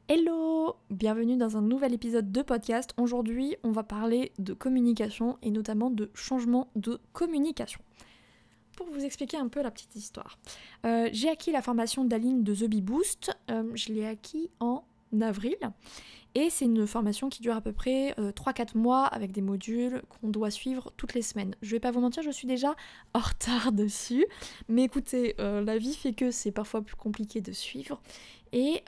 Hello! Bienvenue dans un nouvel épisode de podcast. Aujourd'hui, on va parler de communication et notamment de changement de communication. Pour vous expliquer un peu la petite histoire. J'ai acquis la formation d'Aline de The Bee Boost. Je l'ai acquis en avril. Et c'est une formation qui dure à peu près 3-4 mois avec des modules qu'on doit suivre toutes les semaines. Je vais pas vous mentir, je suis déjà en retard dessus. Mais écoutez, la vie fait que c'est parfois plus compliqué de suivre. Et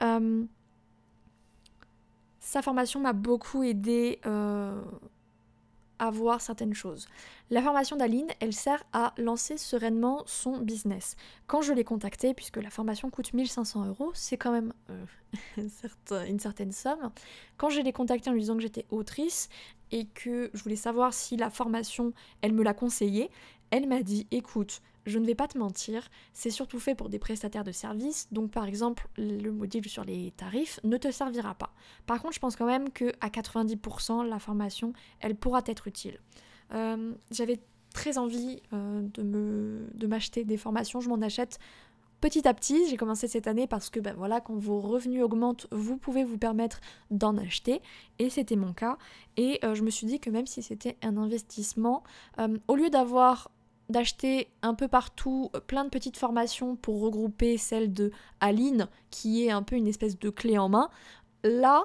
sa formation m'a beaucoup aidé à voir certaines choses. La formation d'Aline, elle sert à lancer sereinement son business. Quand je l'ai contactée, puisque la formation coûte 1 500 €, c'est quand même une certaine somme, quand je l'ai contactée en lui disant que j'étais autrice et que je voulais savoir si la formation, elle me l'a conseillée, elle m'a dit, écoute, je ne vais pas te mentir, c'est surtout fait pour des prestataires de services, donc par exemple, le module sur les tarifs ne te servira pas. Par contre, je pense quand même qu'à 90%, la formation, elle pourra être utile. J'avais très envie de m'acheter des formations, je m'en achète petit à petit. J'ai commencé cette année parce que voilà, quand vos revenus augmentent, vous pouvez vous permettre d'en acheter, et c'était mon cas. Et je me suis dit que même si c'était un investissement, au lieu d'acheter un peu partout plein de petites formations pour regrouper celle de Aline, qui est un peu une espèce de clé en main, là,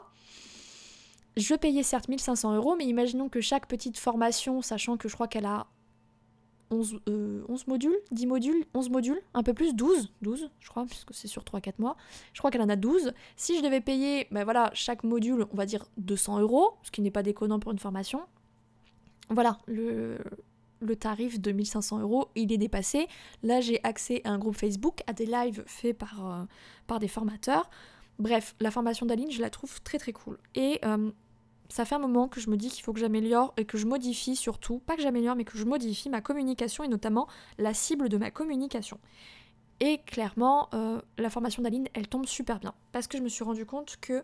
je payais certes 1 500 €, mais imaginons que chaque petite formation, sachant que je crois qu'elle a 11 modules, 10 modules, 11 modules, un peu plus, 12 je crois, puisque c'est sur 3-4 mois, je crois qu'elle en a 12. Si je devais payer, chaque module, on va dire 200 €, ce qui n'est pas déconnant pour une formation, voilà, le tarif de 1 500 €, il est dépassé. Là, j'ai accès à un groupe Facebook, à des lives faits par des formateurs. Bref, la formation d'Aline, je la trouve très très cool. Et ça fait un moment que je me dis qu'il faut que j'améliore et que je modifie surtout, pas que j'améliore, mais que je modifie ma communication et notamment la cible de ma communication. Et clairement, la formation d'Aline, elle tombe super bien. Parce que je me suis rendu compte que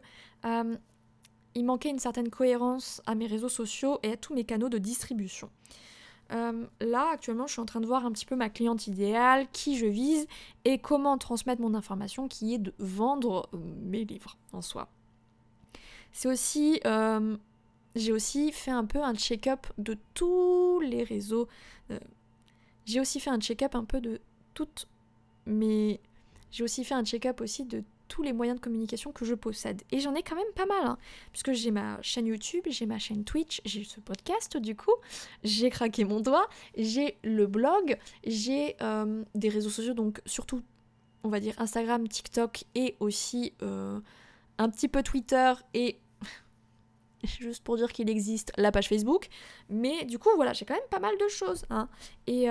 il manquait une certaine cohérence à mes réseaux sociaux et à tous mes canaux de distribution. Là, actuellement, je suis en train de voir un petit peu ma cliente idéale, qui je vise, et comment transmettre mon information, qui est de vendre mes livres en soi. C'est aussi... j'ai aussi fait un peu un check-up de tous les réseaux. J'ai aussi fait un check-up un peu de toutes mes... J'ai aussi fait un check-up aussi de tous les moyens de communication que je possède. Et j'en ai quand même pas mal, hein, puisque j'ai ma chaîne YouTube, j'ai ma chaîne Twitch, j'ai ce podcast du coup, j'ai craqué mon doigt, j'ai le blog, j'ai des réseaux sociaux, donc surtout, on va dire Instagram, TikTok et aussi un petit peu Twitter et juste pour dire qu'il existe la page Facebook. Mais du coup, voilà, j'ai quand même pas mal de choses, hein. Et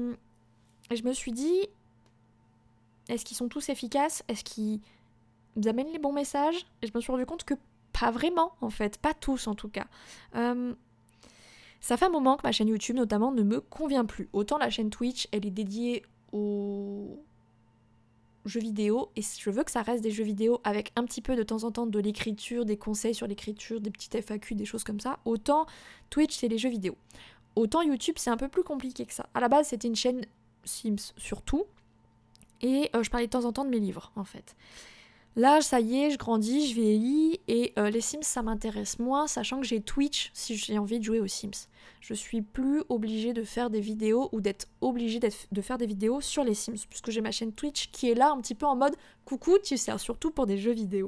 je me suis dit, est-ce qu'ils sont tous efficaces? Est-ce qu'ils amènent les bons messages? Et je me suis rendu compte que pas vraiment, en fait. Pas tous, en tout cas. Ça fait un moment que ma chaîne YouTube, notamment, ne me convient plus. Autant la chaîne Twitch, elle est dédiée aux jeux vidéo, et je veux que ça reste des jeux vidéo avec un petit peu de temps en temps de l'écriture, des conseils sur l'écriture, des petites FAQ, des choses comme ça. Autant Twitch, c'est les jeux vidéo. Autant YouTube, c'est un peu plus compliqué que ça. À la base, c'était une chaîne Sims surtout, et je parlais de temps en temps de mes livres, en fait. Là, ça y est, je grandis, je vieillis, et les Sims, ça m'intéresse moins, sachant que j'ai Twitch si j'ai envie de jouer aux Sims. Je suis plus obligée de faire des vidéos ou d'être obligée de faire des vidéos sur les Sims, puisque j'ai ma chaîne Twitch qui est là un petit peu en mode « Coucou, tu sers surtout pour des jeux vidéo ».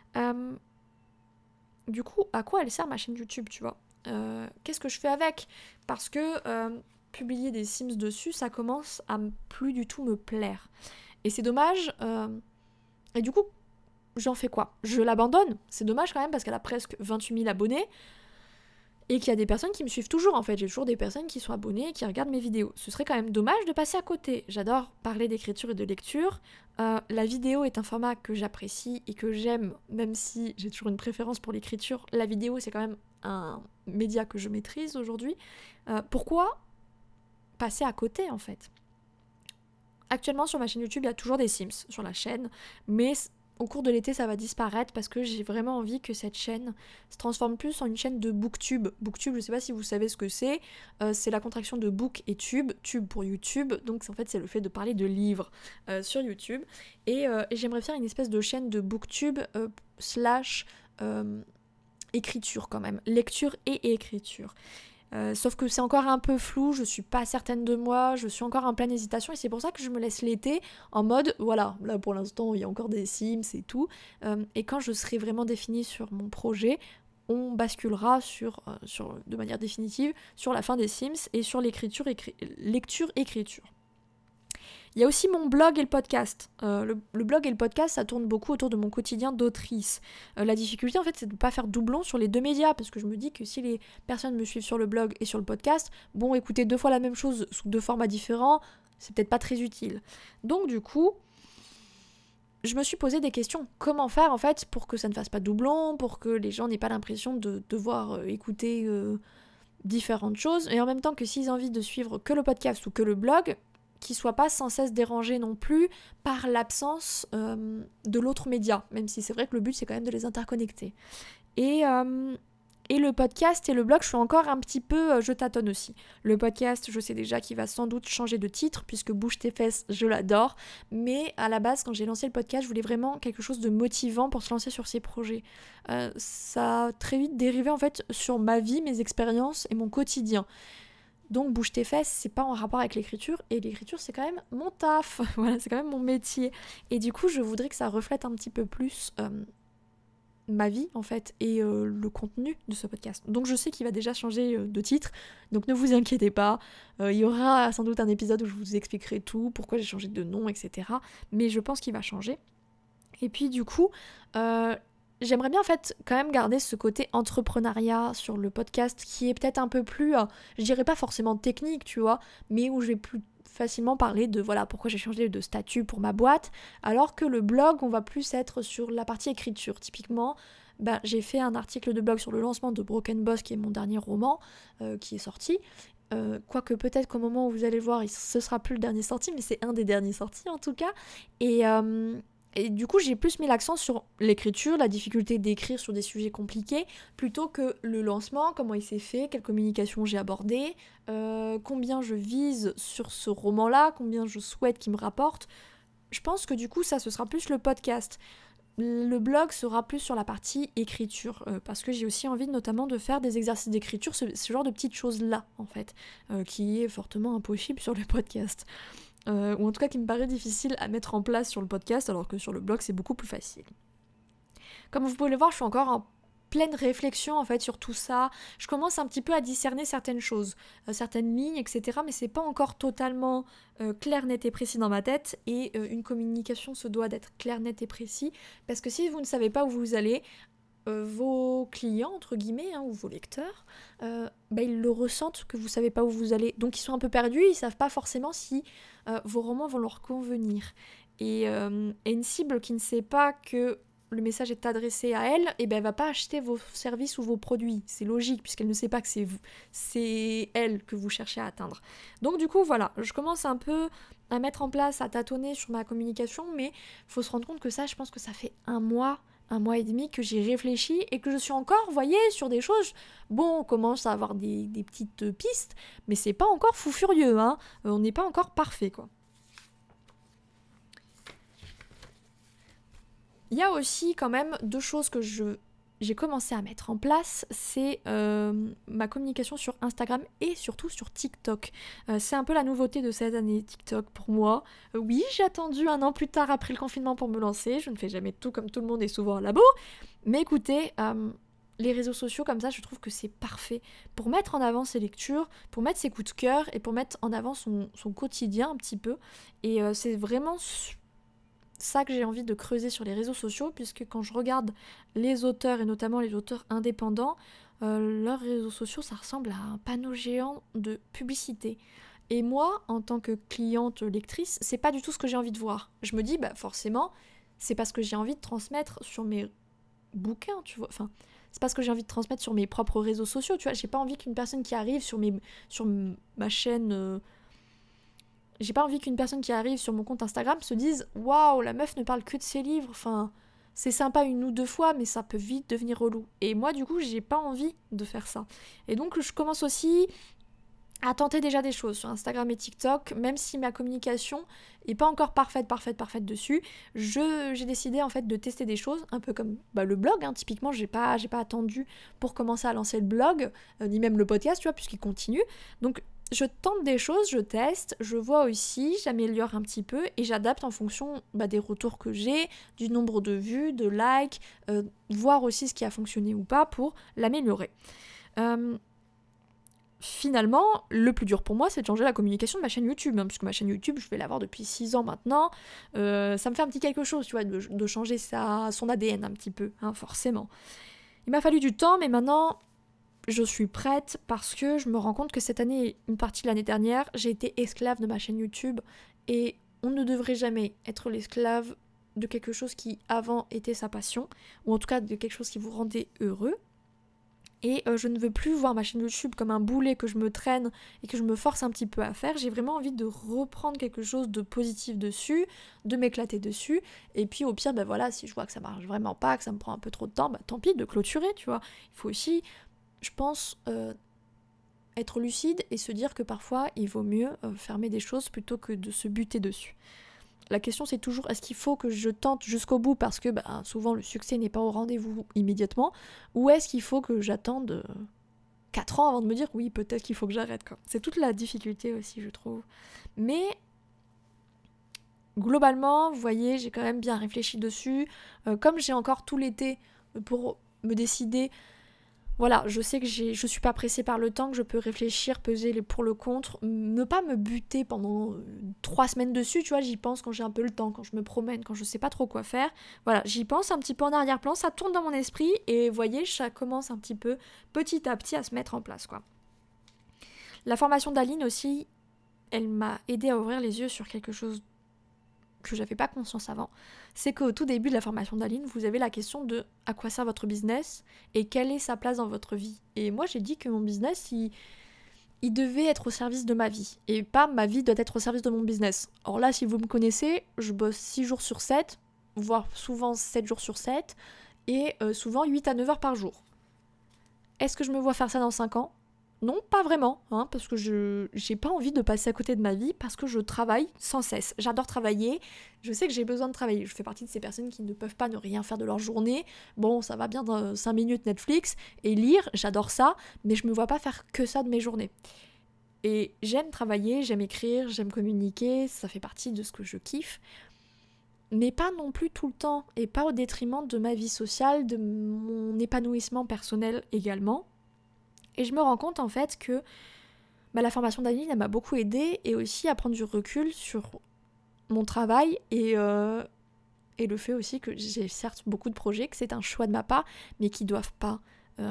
Du coup, à quoi elle sert ma chaîne YouTube, tu vois? Qu'est-ce que je fais avec? Parce que publier des Sims dessus, ça commence à plus du tout me plaire. Et c'est dommage. Et du coup, j'en fais quoi? Je l'abandonne. C'est dommage quand même parce qu'elle a presque 28 000 abonnés et qu'il y a des personnes qui me suivent toujours en fait. J'ai toujours des personnes qui sont abonnées et qui regardent mes vidéos. Ce serait quand même dommage de passer à côté. J'adore parler d'écriture et de lecture. La vidéo est un format que j'apprécie et que j'aime, même si j'ai toujours une préférence pour l'écriture. La vidéo, c'est quand même un média que je maîtrise aujourd'hui. Pourquoi passer à côté en fait? Actuellement sur ma chaîne YouTube, il y a toujours des Sims sur la chaîne, mais au cours de l'été ça va disparaître parce que j'ai vraiment envie que cette chaîne se transforme plus en une chaîne de booktube. Booktube, je sais pas si vous savez ce que c'est la contraction de book et tube pour YouTube, donc en fait c'est le fait de parler de livres sur YouTube, et j'aimerais faire une espèce de chaîne de booktube slash écriture quand même, lecture et écriture. Sauf que c'est encore un peu flou, je suis pas certaine de moi, je suis encore en pleine hésitation et c'est pour ça que je me laisse l'été en mode voilà, là pour l'instant il y a encore des Sims et tout, et quand je serai vraiment définie sur mon projet, on basculera de manière définitive sur la fin des Sims et sur lecture-écriture. Il y a aussi mon blog et le podcast. Le blog et le podcast, ça tourne beaucoup autour de mon quotidien d'autrice. La difficulté, en fait, c'est de ne pas faire doublon sur les deux médias, parce que je me dis que si les personnes me suivent sur le blog et sur le podcast, bon, écouter 2 fois la même chose sous 2 formats différents, c'est peut-être pas très utile. Donc, du coup, je me suis posé des questions. Comment faire, en fait, pour que ça ne fasse pas doublon, pour que les gens n'aient pas l'impression de devoir écouter différentes choses, et en même temps que s'ils ont envie de suivre que le podcast ou que le blog, qui soient pas sans cesse dérangés non plus par l'absence de l'autre média, même si c'est vrai que le but c'est quand même de les interconnecter. Et le podcast et le blog, je suis encore un petit peu, je tâtonne aussi. Le podcast, je sais déjà qu'il va sans doute changer de titre, puisque Bouge tes fesses, je l'adore, mais à la base, quand j'ai lancé le podcast, je voulais vraiment quelque chose de motivant pour se lancer sur ces projets. Ça a très vite dérivé en fait sur ma vie, mes expériences et mon quotidien. Donc bouge tes fesses, c'est pas en rapport avec l'écriture, et l'écriture c'est quand même mon taf, voilà, c'est quand même mon métier. Et du coup je voudrais que ça reflète un petit peu plus ma vie en fait, et le contenu de ce podcast. Donc je sais qu'il va déjà changer de titre, donc ne vous inquiétez pas, il y aura sans doute un épisode où je vous expliquerai tout, pourquoi j'ai changé de nom, etc. Mais je pense qu'il va changer. Et puis du coup, j'aimerais bien en fait quand même garder ce côté entrepreneuriat sur le podcast qui est peut-être un peu plus, je dirais pas forcément technique, tu vois, mais où je vais plus facilement parler de voilà pourquoi j'ai changé de statut pour ma boîte, alors que le blog on va plus être sur la partie écriture. Typiquement, j'ai fait un article de blog sur le lancement de Broken Boss qui est mon dernier roman qui est sorti. Quoique peut-être qu'au moment où vous allez voir ce sera plus le dernier sorti, mais c'est un des derniers sortis en tout cas, et du coup, j'ai plus mis l'accent sur l'écriture, la difficulté d'écrire sur des sujets compliqués, plutôt que le lancement, comment il s'est fait, quelle communication j'ai abordé, combien je vise sur ce roman-là, combien je souhaite qu'il me rapporte. Je pense que du coup, ça, ce sera plus le podcast. Le blog sera plus sur la partie écriture, parce que j'ai aussi envie notamment de faire des exercices d'écriture, ce genre de petites choses-là, en fait, qui est fortement impossible sur le podcast. Ou en tout cas qui me paraît difficile à mettre en place sur le podcast, alors que sur le blog c'est beaucoup plus facile. Comme vous pouvez le voir, je suis encore en pleine réflexion en fait sur tout ça. Je commence un petit peu à discerner certaines choses, certaines lignes, etc. Mais c'est pas encore totalement clair, net et précis dans ma tête. Et une communication se doit d'être clair, net et précis, parce que si vous ne savez pas où vous allez, vos clients, entre guillemets, ou vos lecteurs, ils le ressentent que vous savez pas où vous allez. Donc ils sont un peu perdus, ils savent pas forcément si vos romans vont leur convenir. Et une cible qui ne sait pas que le message est adressé à elle, elle va pas acheter vos services ou vos produits. C'est logique, puisqu'elle ne sait pas que c'est elle que vous cherchez à atteindre. Donc du coup, voilà, je commence un peu à mettre en place, à tâtonner sur ma communication, mais faut se rendre compte que ça, je pense que ça fait un mois et demi que j'ai réfléchi et que je suis encore, vous voyez, sur des choses. Bon, on commence à avoir des petites pistes, mais c'est pas encore fou furieux, on n'est pas encore parfait, quoi. Il y a aussi quand même 2 choses que j'ai commencé à mettre en place, c'est ma communication sur Instagram et surtout sur TikTok. C'est un peu la nouveauté de cette année, TikTok, pour moi. Oui, j'ai attendu 1 an plus tard après le confinement pour me lancer, je ne fais jamais tout comme tout le monde et souvent à la bourre, mais écoutez, les réseaux sociaux comme ça, je trouve que c'est parfait pour mettre en avant ses lectures, pour mettre ses coups de cœur et pour mettre en avant son quotidien un petit peu, et c'est vraiment ça que j'ai envie de creuser sur les réseaux sociaux, puisque quand je regarde les auteurs, et notamment les auteurs indépendants, leurs réseaux sociaux, ça ressemble à un panneau géant de publicité. Et moi, en tant que cliente lectrice, c'est pas du tout ce que j'ai envie de voir. Je me dis, forcément, c'est parce que j'ai envie de transmettre sur mes bouquins, tu vois. Enfin, c'est parce que j'ai envie de transmettre sur mes propres réseaux sociaux, tu vois. J'ai pas envie qu'une personne qui arrive sur ma chaîne... J'ai pas envie qu'une personne qui arrive sur mon compte Instagram se dise « Waouh, la meuf ne parle que de ses livres !» Enfin, c'est sympa une ou deux fois, mais ça peut vite devenir relou. Et moi, du coup, j'ai pas envie de faire ça. Et donc, je commence aussi à tenter déjà des choses sur Instagram et TikTok, même si ma communication est pas encore parfaite dessus. J'ai décidé en fait de tester des choses, un peu comme le blog, hein. Typiquement, j'ai pas attendu pour commencer à lancer le blog, ni même le podcast, tu vois, puisqu'il continue. Donc, je tente des choses, je teste, je vois aussi, j'améliore un petit peu et j'adapte en fonction des retours que j'ai, du nombre de vues, de likes, voir aussi ce qui a fonctionné ou pas pour l'améliorer. Finalement, le plus dur pour moi, c'est de changer la communication de ma chaîne YouTube, hein, puisque ma chaîne YouTube, je vais l'avoir depuis 6 ans maintenant. Ça me fait un petit quelque chose, tu vois, de changer son ADN un petit peu, hein, forcément. Il m'a fallu du temps, mais maintenant, je suis prête parce que je me rends compte que cette année et une partie de l'année dernière, j'ai été esclave de ma chaîne YouTube et on ne devrait jamais être l'esclave de quelque chose qui avant était sa passion, ou en tout cas de quelque chose qui vous rendait heureux. Et je ne veux plus voir ma chaîne YouTube comme un boulet que je me traîne et que je me force un petit peu à faire. J'ai vraiment envie de reprendre quelque chose de positif dessus, de m'éclater dessus. Et puis au pire, si je vois que ça marche vraiment pas, que ça me prend un peu trop de temps, tant pis, de clôturer, tu vois. Il faut aussi, je pense, être lucide et se dire que parfois, il vaut mieux fermer des choses plutôt que de se buter dessus. La question c'est toujours, est-ce qu'il faut que je tente jusqu'au bout parce que souvent le succès n'est pas au rendez-vous immédiatement, ou est-ce qu'il faut que j'attende 4 ans avant de me dire oui, peut-être qu'il faut que j'arrête, quoi. C'est toute la difficulté aussi, je trouve. Mais globalement, vous voyez, j'ai quand même bien réfléchi dessus. Comme j'ai encore tout l'été pour me décider, voilà, je sais que je suis pas pressée par le temps, que je peux réfléchir, peser les pour le contre, ne pas me buter pendant 3 semaines dessus, tu vois, j'y pense quand j'ai un peu le temps, quand je me promène, quand je sais pas trop quoi faire. Voilà, j'y pense un petit peu en arrière-plan, ça tourne dans mon esprit et vous voyez, ça commence un petit peu, petit à petit, à se mettre en place, quoi. La formation d'Aline aussi, elle m'a aidée à ouvrir les yeux sur quelque chose que j'avais pas conscience avant, c'est qu'au tout début de la formation d'Aline, vous avez la question de à quoi sert votre business et quelle est sa place dans votre vie. Et moi j'ai dit que mon business, il devait être au service de ma vie, et pas ma vie doit être au service de mon business. Or là, si vous me connaissez, je bosse 6 jours sur 7, voire souvent 7 jours sur 7, et souvent 8 à 9 heures par jour. Est-ce que je me vois faire ça dans 5 ans ? Non, pas vraiment, hein, parce que j'ai pas envie de passer à côté de ma vie, parce que je travaille sans cesse. J'adore travailler, je sais que j'ai besoin de travailler. Je fais partie de ces personnes qui ne peuvent pas ne rien faire de leur journée. Bon, ça va bien dans 5 minutes Netflix, et lire, j'adore ça, mais je me vois pas faire que ça de mes journées. Et j'aime travailler, j'aime écrire, j'aime communiquer, ça fait partie de ce que je kiffe, mais pas non plus tout le temps, et pas au détriment de ma vie sociale, de mon épanouissement personnel également. Et je me rends compte en fait que la formation d'Aline, elle m'a beaucoup aidée et aussi à prendre du recul sur mon travail et le fait aussi que j'ai certes beaucoup de projets, que c'est un choix de ma part, mais qui doivent pas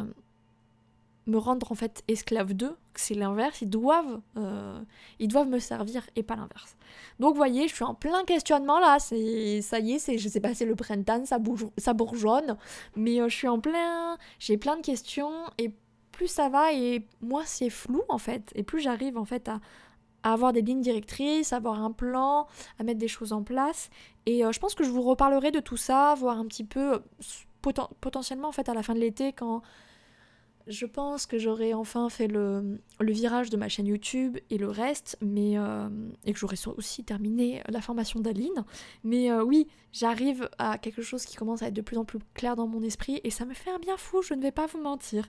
me rendre en fait esclave d'eux, que c'est l'inverse, ils doivent me servir et pas l'inverse. Donc vous voyez, je suis en plein questionnement là, ça y est, je sais pas, c'est le printemps, ça bourgeonne, mais j'ai plein de questions et plus ça va et moins c'est flou en fait, et plus j'arrive en fait à avoir des lignes directrices, à avoir un plan, à mettre des choses en place, et je pense que je vous reparlerai de tout ça, voir un petit peu potentiellement en fait à la fin de l'été, quand je pense que j'aurai enfin fait le virage de ma chaîne YouTube et le reste, mais et que j'aurai aussi terminé la formation d'Aline. Mais oui, j'arrive à quelque chose qui commence à être de plus en plus clair dans mon esprit et ça me fait un bien fou, je ne vais pas vous mentir.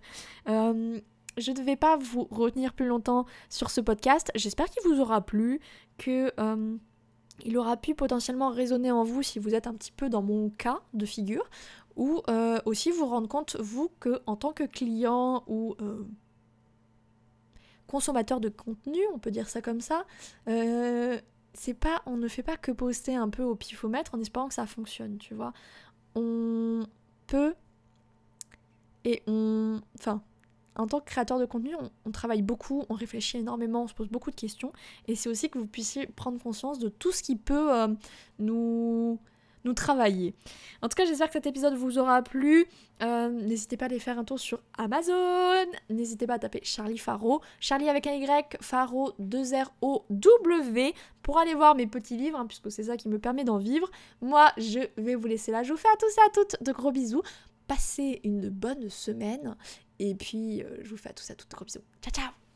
Je ne vais pas vous retenir plus longtemps sur ce podcast. J'espère qu'il vous aura plu, que il aura pu potentiellement résonner en vous si vous êtes un petit peu dans mon cas de figure, ou aussi vous rendre compte, vous, que en tant que client ou consommateur de contenu, on peut dire ça comme ça, on ne fait pas que poster un peu au pifomètre en espérant que ça fonctionne, tu vois. On peut en tant que créateur de contenu, on travaille beaucoup, on réfléchit énormément, on se pose beaucoup de questions, et c'est aussi que vous puissiez prendre conscience de tout ce qui peut nous nous travailler. En tout cas, j'espère que cet épisode vous aura plu. N'hésitez pas à aller faire un tour sur Amazon. N'hésitez pas à taper Charlie Faro. Charlie avec un Y, Faro 2ROW pour aller voir mes petits livres, puisque c'est ça qui me permet d'en vivre. Moi, je vais vous laisser là. Je vous fais à tous et à toutes de gros bisous. Passez une bonne semaine. Et puis, je vous fais à tous et à toutes de gros bisous. Ciao, ciao!